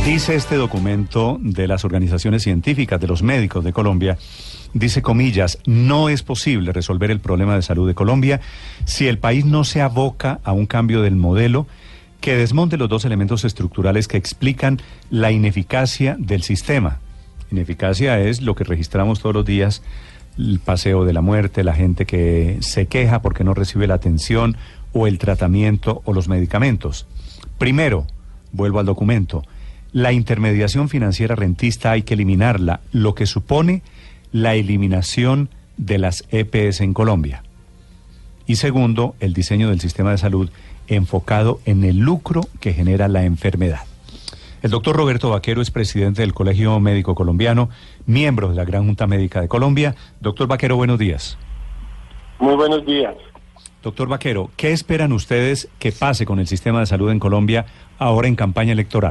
Dice este documento de las organizaciones científicas, de los médicos de Colombia, dice comillas, no es posible resolver el problema de salud de Colombia si el país no se aboca a un cambio del modelo que desmonte los dos elementos estructurales que explican la ineficacia del sistema. Ineficacia es lo que registramos todos los días, el paseo de la muerte, la gente que se queja porque no recibe la atención o el tratamiento o los medicamentos. Primero, vuelvo al documento, la intermediación financiera rentista hay que eliminarla, lo que supone la eliminación de las EPS en Colombia. Y segundo, el diseño del sistema de salud enfocado en el lucro que genera la enfermedad. El doctor Roberto Vaquero es presidente del Colegio Médico Colombiano, miembro de la Gran Junta Médica de Colombia. Doctor Vaquero, buenos días. Muy buenos días. Doctor Vaquero, ¿qué esperan ustedes que pase con el sistema de salud en Colombia ahora en campaña electoral?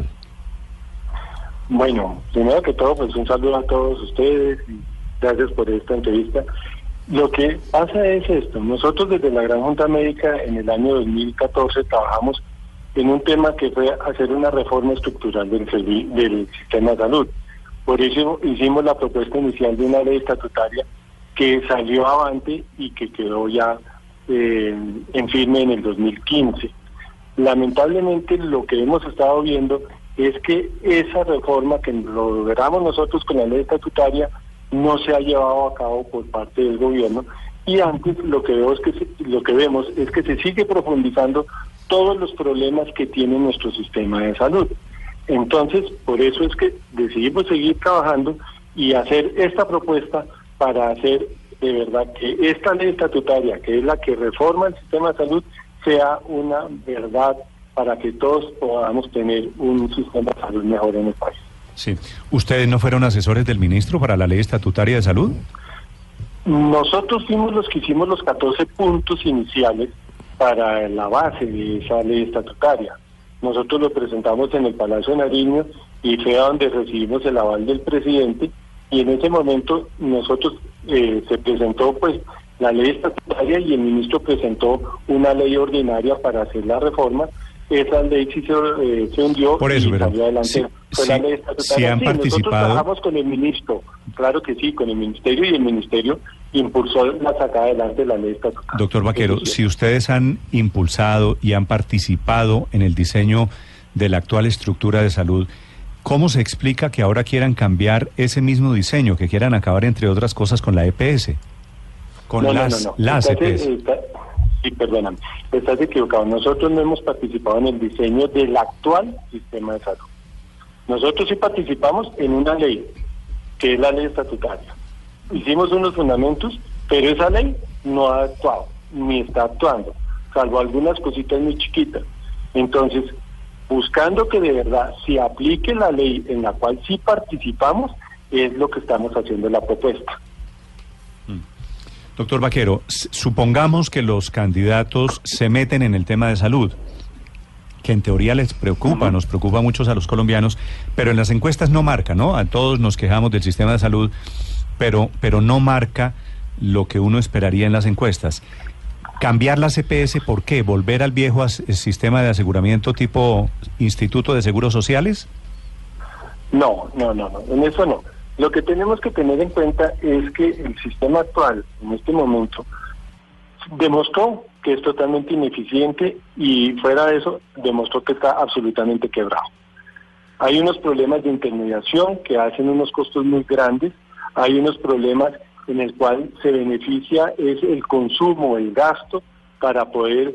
Bueno, primero que todo, pues un saludo a todos ustedes y gracias por esta entrevista. Lo que pasa es esto, nosotros desde la Gran Junta Médica en el año 2014 trabajamos en un tema que fue hacer una reforma estructural del sistema de salud. Por eso hicimos la propuesta inicial de una ley estatutaria que salió avante y que quedó ya en firme en el 2015. Lamentablemente lo que hemos estado viendo es que esa reforma que logramos nosotros con la ley estatutaria no se ha llevado a cabo por parte del gobierno y antes lo que vemos es que se sigue profundizando todos los problemas que tiene nuestro sistema de salud. Entonces, por eso es que decidimos seguir trabajando y hacer esta propuesta para hacer de verdad que esta ley estatutaria, que es la que reforma el sistema de salud, sea una verdad para que todos podamos tener un sistema de salud mejor en el país. Sí. ¿Ustedes no fueron asesores del ministro para la ley estatutaria de salud? Nosotros fuimos los que hicimos los 14 puntos iniciales para la base de esa ley estatutaria. Nosotros lo presentamos en el Palacio de Nariño y fue a donde recibimos el aval del presidente y en ese momento nosotros se presentó pues la ley estatutaria y el ministro presentó una ley ordinaria para hacer la reforma. Esa ley sí se hundió. Por eso, y salió adelante. La ley si han participado. Nosotros trabajamos con el ministro, claro que sí, con el ministerio, y el ministerio impulsó la sacada adelante de la ley estatutaria. Doctor Vaquero, si ustedes han impulsado y han participado en el diseño de la actual estructura de salud, ¿cómo se explica que ahora quieran cambiar ese mismo diseño, que quieran acabar, entre otras cosas, con la EPS? Con las EPS. Sí, perdóname, estás equivocado. Nosotros no hemos participado en el diseño del actual sistema de salud. Nosotros sí participamos en una ley, que es la ley estatutaria. Hicimos unos fundamentos, pero esa ley no ha actuado, ni está actuando, salvo algunas cositas muy chiquitas. Entonces, buscando que de verdad se aplique la ley en la cual sí participamos, es lo que estamos haciendo la propuesta. Doctor Vaquero, supongamos que los candidatos se meten en el tema de salud, que en teoría les preocupa, nos preocupa mucho a los colombianos, pero en las encuestas no marca, ¿no? A todos nos quejamos del sistema de salud, pero no marca lo que uno esperaría en las encuestas. ¿Cambiar la CPS por qué? ¿Volver al viejo sistema de aseguramiento tipo Instituto de Seguros Sociales? No, en eso no. Lo que tenemos que tener en cuenta es que el sistema actual, en este momento, demostró que es totalmente ineficiente y fuera de eso, demostró que está absolutamente quebrado. Hay unos problemas de intermediación que hacen unos costos muy grandes, hay unos problemas en el cual se beneficia es el consumo, el gasto, para poder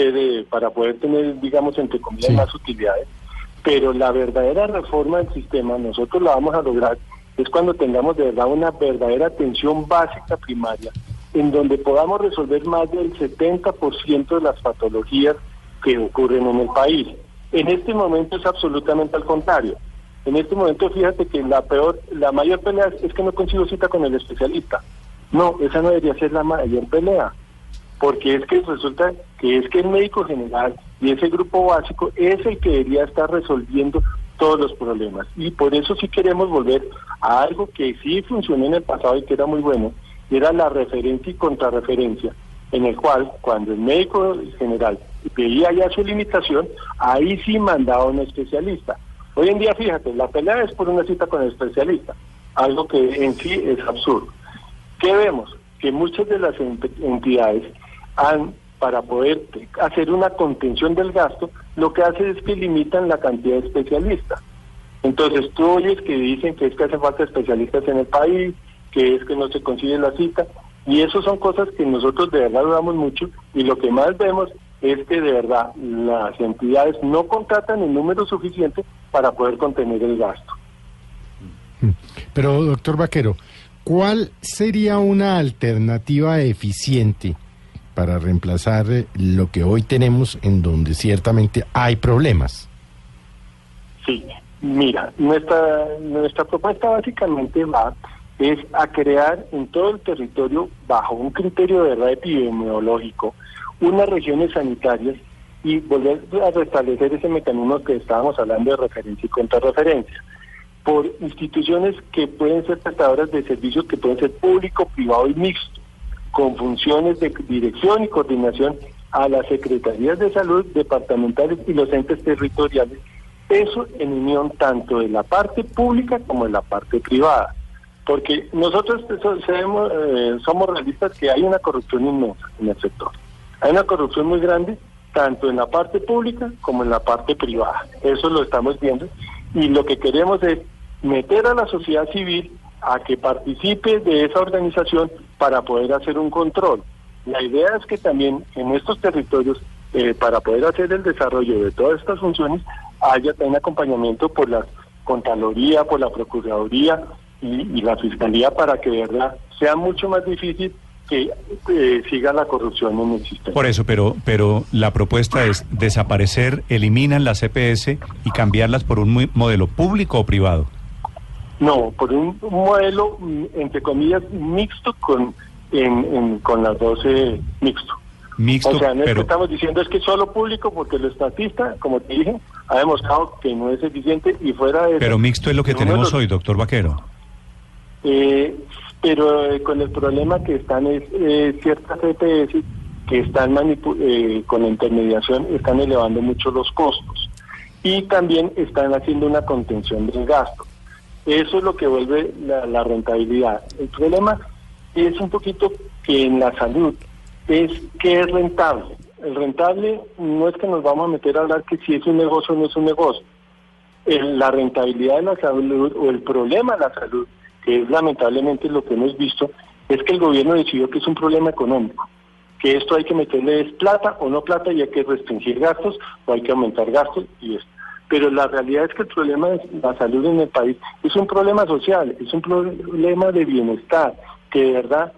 tener, digamos, entre comillas, más utilidades. Pero la verdadera reforma del sistema, nosotros la vamos a lograr es cuando tengamos de verdad una verdadera atención básica primaria, en donde podamos resolver más del 70% de las patologías que ocurren en el país. En este momento es absolutamente al contrario. En este momento fíjate que la mayor pelea es que no consigo cita con el especialista. No, esa no debería ser la mayor pelea, porque es que resulta que el médico general y ese grupo básico es el que debería estar resolviendo todos los problemas. Y por eso sí queremos volver a algo que sí funcionó en el pasado y que era muy bueno, y era la referencia y contrarreferencia, en el cual cuando el médico general veía ya su limitación, ahí sí mandaba a un especialista. Hoy en día, fíjate, la pelea es por una cita con el especialista, algo que en sí es absurdo. ¿Qué vemos? Que muchas de las entidades para poder hacer una contención del gasto, lo que hace es que limitan la cantidad de especialistas. Entonces tú oyes que dicen que es que hace falta especialistas en el país, que es que no se consigue la cita, y eso son cosas que nosotros de verdad dudamos mucho, y lo que más vemos es que de verdad las entidades no contratan el número suficiente para poder contener el gasto. Pero, doctor Vaquero, ¿cuál sería una alternativa eficiente para reemplazar lo que hoy tenemos en donde ciertamente hay problemas? Sí, mira, nuestra propuesta básicamente es a crear en todo el territorio, bajo un criterio de verdad epidemiológico, unas regiones sanitarias y volver a restablecer ese mecanismo que estábamos hablando de referencia y contrarreferencia, por instituciones que pueden ser prestadoras de servicios que pueden ser público, privado y mixto, con funciones de dirección y coordinación a las secretarías de salud departamentales y los entes territoriales, eso en unión tanto de la parte pública como de la parte privada. Porque nosotros somos realistas que hay una corrupción inmensa en el sector. Hay una corrupción muy grande, tanto en la parte pública como en la parte privada. Eso lo estamos viendo. Y lo que queremos es meter a la sociedad civil a que participe de esa organización para poder hacer un control. La idea es que también en estos territorios, para poder hacer el desarrollo de todas estas funciones, haya también acompañamiento por la Contraloría, por la Procuraduría y la Fiscalía, para que de verdad sea mucho más difícil que siga la corrupción en el sistema. Por eso, pero la propuesta es eliminan las EPS y cambiarlas por un modelo público o privado. No, por un modelo, entre comillas, mixto con las 12 mixto. Mixto, o sea, no es pero... que estamos diciendo es que solo público, porque el estatista, como te dije, ha demostrado que no es eficiente y fuera de... Pero mixto es lo que tenemos hoy, doctor Vaquero. Pero con el problema que están es ciertas EPS que están con la intermediación, están elevando mucho los costos y también están haciendo una contención del gasto. Eso es lo que vuelve la rentabilidad. El problema es un poquito que en la salud es que es rentable. El rentable no es que nos vamos a meter a hablar que si es un negocio o no es un negocio. La rentabilidad de la salud o el problema de la salud, que es lamentablemente lo que hemos visto, es que el gobierno decidió que es un problema económico, que esto hay que meterle plata o no plata y hay que restringir gastos o hay que aumentar gastos y esto. Pero la realidad es que el problema de la salud en el país es un problema social, es un problema de bienestar, que de verdad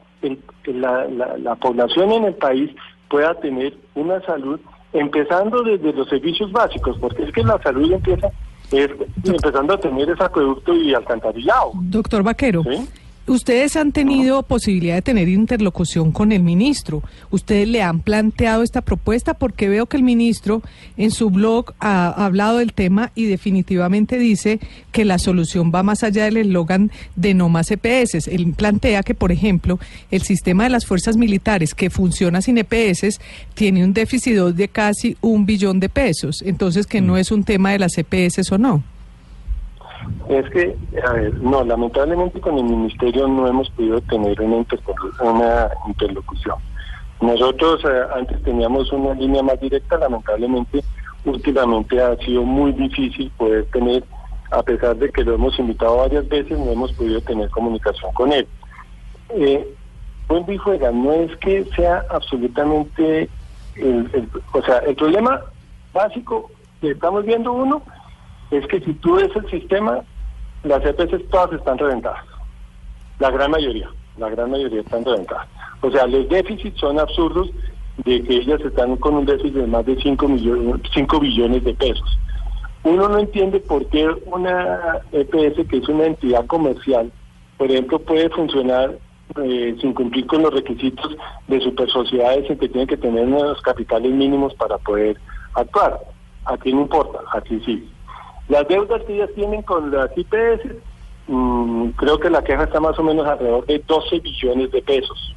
la población en el país pueda tener una salud, empezando desde los servicios básicos, porque es que la salud empieza empezando a tener ese acueducto y alcantarillado. Doctor Vaquero, ¿sí? Ustedes han tenido posibilidad de tener interlocución con el ministro. ¿Ustedes le han planteado esta propuesta? Porque veo que el ministro en su blog ha hablado del tema y definitivamente dice que la solución va más allá del eslogan de no más EPS. Él plantea que, por ejemplo, el sistema de las fuerzas militares que funciona sin EPS tiene un déficit de casi 1 billón de pesos. Entonces, que no es un tema de las EPS o no. Es que, no, lamentablemente con el ministerio no hemos podido tener una interlocución. Nosotros antes teníamos una línea más directa, lamentablemente últimamente ha sido muy difícil poder tener, a pesar de que lo hemos invitado varias veces, no hemos podido tener comunicación con él. Vuelvo y juega, no es que sea absolutamente, o sea, el problema básico que estamos viendo es que si tú ves el sistema, las EPS todas están reventadas. La gran mayoría están reventadas. O sea, los déficits son absurdos, de que ellas están con un déficit de más de 5 billones de pesos. Uno no entiende por qué una EPS, que es una entidad comercial, por ejemplo, puede funcionar sin cumplir con los requisitos de supersociedades, en que tienen que tener unos capitales mínimos para poder actuar. Aquí no importa, aquí sí. Las deudas que ellas tienen con las IPS, creo que la queja está más o menos alrededor de 12 billones de pesos.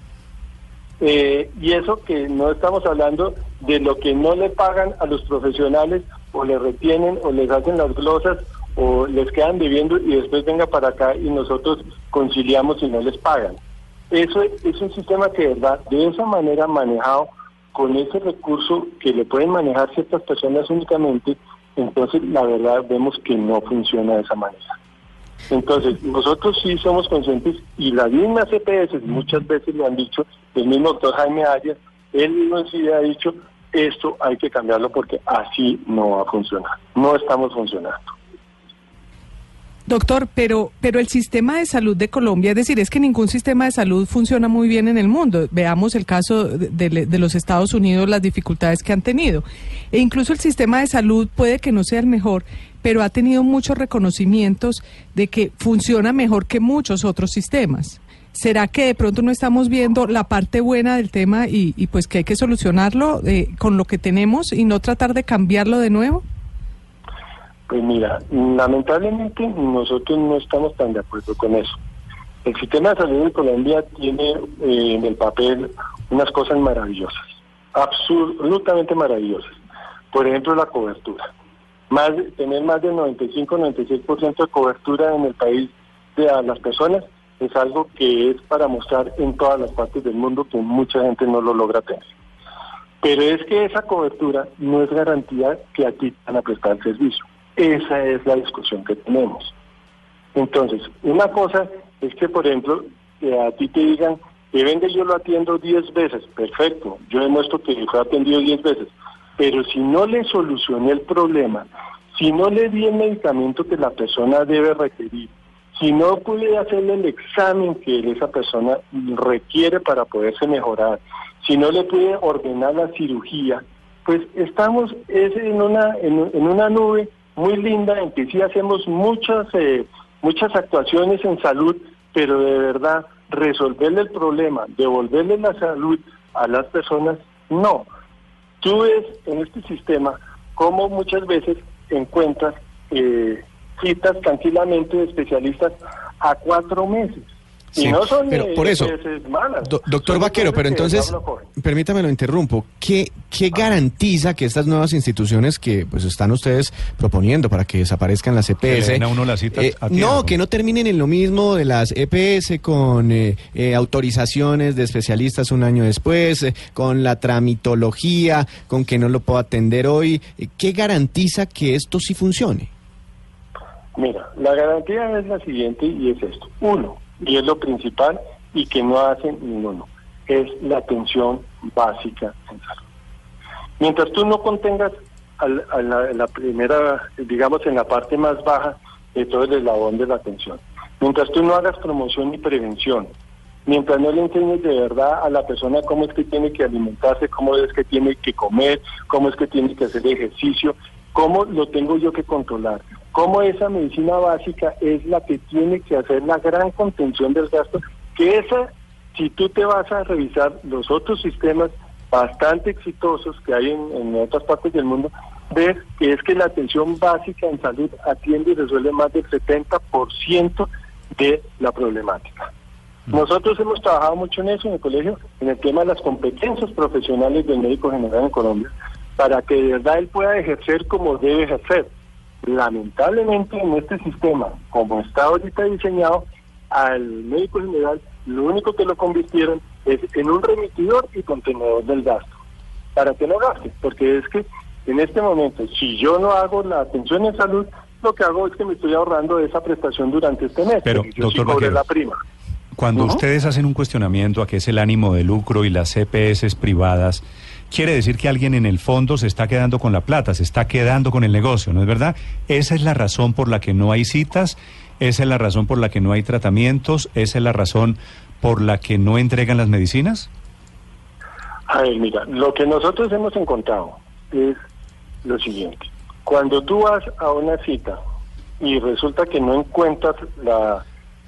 Y eso que no estamos hablando de lo que no le pagan a los profesionales, o le retienen, o les hacen las glosas, o les quedan debiendo y después venga para acá y nosotros conciliamos y no les pagan. Eso es un sistema que de verdad, de esa manera manejado, con ese recurso que le pueden manejar ciertas personas únicamente, entonces la verdad vemos que no funciona de esa manera. Entonces, nosotros sí somos conscientes, y las mismas EPS muchas veces lo han dicho, el mismo doctor Jaime Arias, él mismo sí ha dicho, esto hay que cambiarlo porque así no va a funcionar, no estamos funcionando. Doctor, pero el sistema de salud de Colombia, es decir, es que ningún sistema de salud funciona muy bien en el mundo. Veamos el caso de los Estados Unidos, las dificultades que han tenido. E incluso el sistema de salud puede que no sea el mejor, pero ha tenido muchos reconocimientos de que funciona mejor que muchos otros sistemas. ¿Será que de pronto no estamos viendo la parte buena del tema y pues que hay que solucionarlo con lo que tenemos y no tratar de cambiarlo de nuevo? Pues mira, lamentablemente nosotros no estamos tan de acuerdo con eso. El sistema de salud de Colombia tiene en el papel unas cosas maravillosas, absolutamente maravillosas. Por ejemplo, la cobertura. Tener más del 95-96% de cobertura en el país de las personas es algo que es para mostrar en todas las partes del mundo que mucha gente no lo logra tener. Pero es que esa cobertura no es garantía que a ti van a prestar el servicio. Esa es la discusión que tenemos. Entonces, una cosa es que, por ejemplo, a ti te digan, que venga yo lo atiendo 10 veces, perfecto, yo demuestro que fue atendido 10 veces, pero si no le solucioné el problema, si no le di el medicamento que la persona debe requerir, si no pude hacerle el examen que esa persona requiere para poderse mejorar, si no le pude ordenar la cirugía, pues estamos en una nube muy linda en que sí hacemos muchas actuaciones en salud, pero de verdad resolverle el problema, devolverle la salud a las personas, no. Tú ves en este sistema cómo muchas veces encuentras citas tranquilamente de especialistas a 4 meses. Sí, y no son pero por eso, malas. Doctor Vaquero, pero entonces, permítame lo interrumpo, ¿qué garantiza que estas nuevas instituciones que pues están ustedes proponiendo para que desaparezcan las EPS, que le den a uno las citas a tiempo? No, que no terminen en lo mismo de las EPS con autorizaciones de especialistas un año después, con la tramitología, con que no lo puedo atender hoy? ¿Qué garantiza que esto sí funcione? Mira, la garantía es la siguiente y es esto. Uno, y es lo principal y que no hacen ninguno, es la atención básica en salud. Mientras tú no contengas a la primera, digamos en la parte más baja de todo el eslabón de la atención, mientras tú no hagas promoción y prevención, mientras no le enseñes de verdad a la persona cómo es que tiene que alimentarse, cómo es que tiene que comer, cómo es que tiene que hacer ejercicio, cómo lo tengo yo que controlar, cómo esa medicina básica es la que tiene que hacer la gran contención del gasto, que esa, si tú te vas a revisar los otros sistemas bastante exitosos que hay en otras partes del mundo, ves que es que la atención básica en salud atiende y resuelve más del 70% de la problemática. Nosotros hemos trabajado mucho en eso en el colegio, en el tema de las competencias profesionales del médico general en Colombia, para que de verdad él pueda ejercer como debe ejercer. Lamentablemente en este sistema, como está ahorita diseñado, al médico general lo único que lo convirtieron es en un remitidor y contenedor del gasto, para que no gaste, porque es que en este momento, si yo no hago la atención en salud, lo que hago es que me estoy ahorrando esa prestación durante este mes, pero yo doctor sí cobré Vaquero, la prima. Cuando ustedes hacen un cuestionamiento a qué es el ánimo de lucro y las EPS privadas, quiere decir que alguien en el fondo se está quedando con la plata, se está quedando con el negocio, ¿no es verdad? ¿Esa es la razón por la que no hay citas? ¿Esa es la razón por la que no hay tratamientos? ¿Esa es la razón por la que no entregan las medicinas? A ver, mira, lo que nosotros hemos encontrado es lo siguiente. Cuando tú vas a una cita y resulta que no encuentras la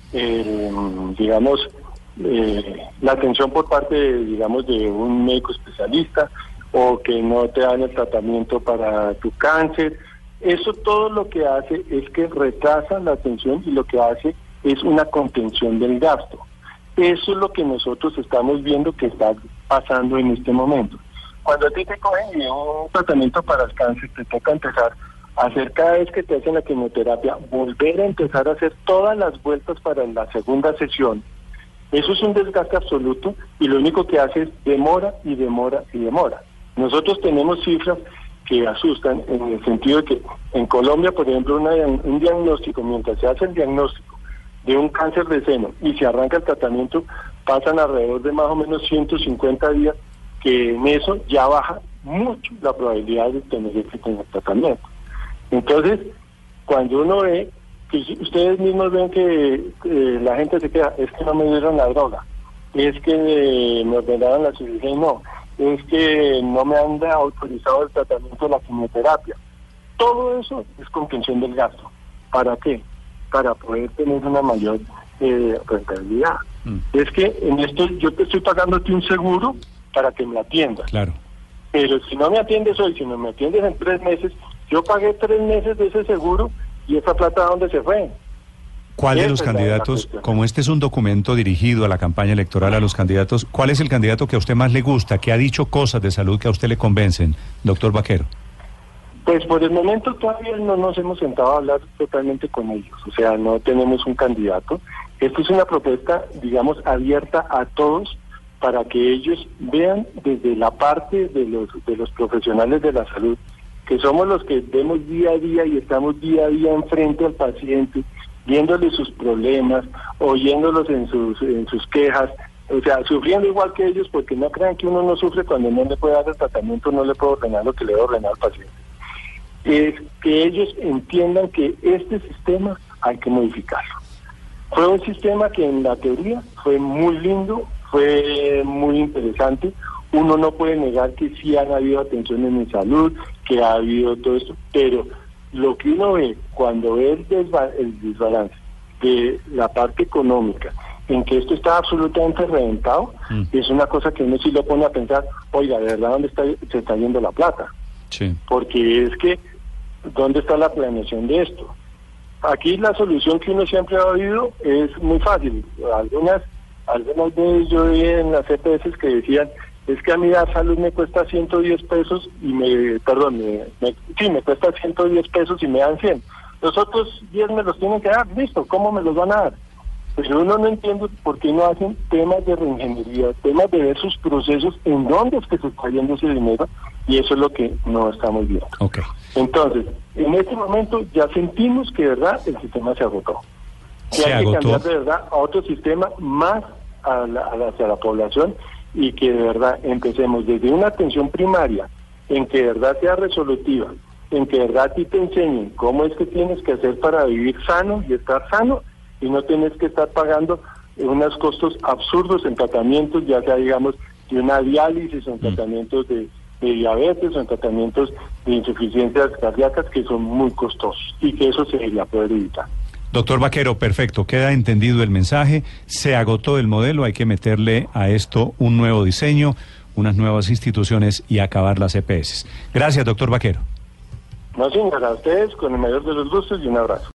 atención por parte de un médico especialista, o que no te dan el tratamiento para tu cáncer, eso todo lo que hace es que retrasa la atención y lo que hace es una contención del gasto. Eso es lo que nosotros estamos viendo que está pasando en este momento. Cuando a ti te cogen un tratamiento para el cáncer, te toca empezar hacer cada vez que te hacen la quimioterapia, volver a empezar a hacer todas las vueltas para la segunda sesión. Eso es un desgaste absoluto y lo único que hace es demora y demora y demora. Nosotros tenemos cifras que asustan en el sentido de que en Colombia, por ejemplo, un diagnóstico, mientras se hace el diagnóstico de un cáncer de seno y se arranca el tratamiento, pasan alrededor de más o menos 150 días, que en eso ya baja mucho la probabilidad de tener éxito en el tratamiento. Entonces, cuando uno ve, que ustedes mismos ven que la gente se queda, es que no me dieron la droga, es que me ordenaron la cirugía y no, es que no me han autorizado el tratamiento de la quimioterapia. Todo eso es contención del gasto. ¿Para qué? Para poder tener una mayor rentabilidad. Es que en esto yo te estoy pagándote un seguro para que me atiendas. Claro. Pero si no me atiendes hoy, si no me atiendes en 3 meses, yo pagué 3 meses de ese seguro y esa plata, ¿a dónde se fue? ¿Cuál de los candidatos, como este es un documento dirigido a la campaña electoral, a los candidatos, cuál es el candidato que a usted más le gusta, que ha dicho cosas de salud que a usted le convencen, doctor Baquero? Pues por el momento todavía no nos hemos sentado a hablar totalmente con ellos, o sea, no tenemos un candidato. Esto es una propuesta, digamos, abierta a todos para que ellos vean desde la parte de los profesionales de la salud, que somos los que vemos día a día y estamos día a día enfrente al paciente, viéndole sus problemas, oyéndolos en sus quejas, o sea, sufriendo igual que ellos, porque no crean que uno no sufre cuando no le puede dar el tratamiento, no le puede ordenar lo que le debe ordenar al paciente. Es que ellos entiendan que este sistema hay que modificarlo. Fue un sistema que en la teoría fue muy lindo, fue muy interesante. Uno no puede negar que sí han habido atenciones en salud, que ha habido todo esto, pero lo que uno ve cuando ve el desbalance de la parte económica, en que esto está absolutamente reventado, es una cosa que uno sí lo pone a pensar, oiga, ¿de verdad dónde se está yendo la plata? Sí. Porque es que, ¿dónde está la planeación de esto? Aquí la solución que uno siempre ha oído es muy fácil. Algunas veces yo vi en las EPS que decían, es que a mí la salud me cuesta 110 pesos y me cuesta 110 pesos y me dan 100. Los otros 10 me los tienen que dar, listo, ¿cómo me los van a dar? Pero uno no entiende por qué no hacen temas de reingeniería, temas de ver sus procesos, en dónde es que se está yendo ese dinero, y eso es lo que no estamos viendo. Okay. Entonces, en este momento ya sentimos que de verdad el sistema se agotó. Que hay que cambiar de verdad a otro sistema más hacia la población, y que de verdad empecemos desde una atención primaria, en que de verdad sea resolutiva, en que de verdad a ti te enseñen cómo es que tienes que hacer para vivir sano y estar sano, y no tienes que estar pagando unos costos absurdos en tratamientos, ya sea, digamos, de una diálisis, o en tratamientos de diabetes, o en tratamientos de insuficiencias cardíacas, que son muy costosos, y que eso se debería poder evitar. Doctor Baquero, perfecto, queda entendido el mensaje, se agotó el modelo, hay que meterle a esto un nuevo diseño, unas nuevas instituciones y acabar las EPS. Gracias, doctor Baquero. No, señora, a ustedes con el mayor de los gustos y un abrazo.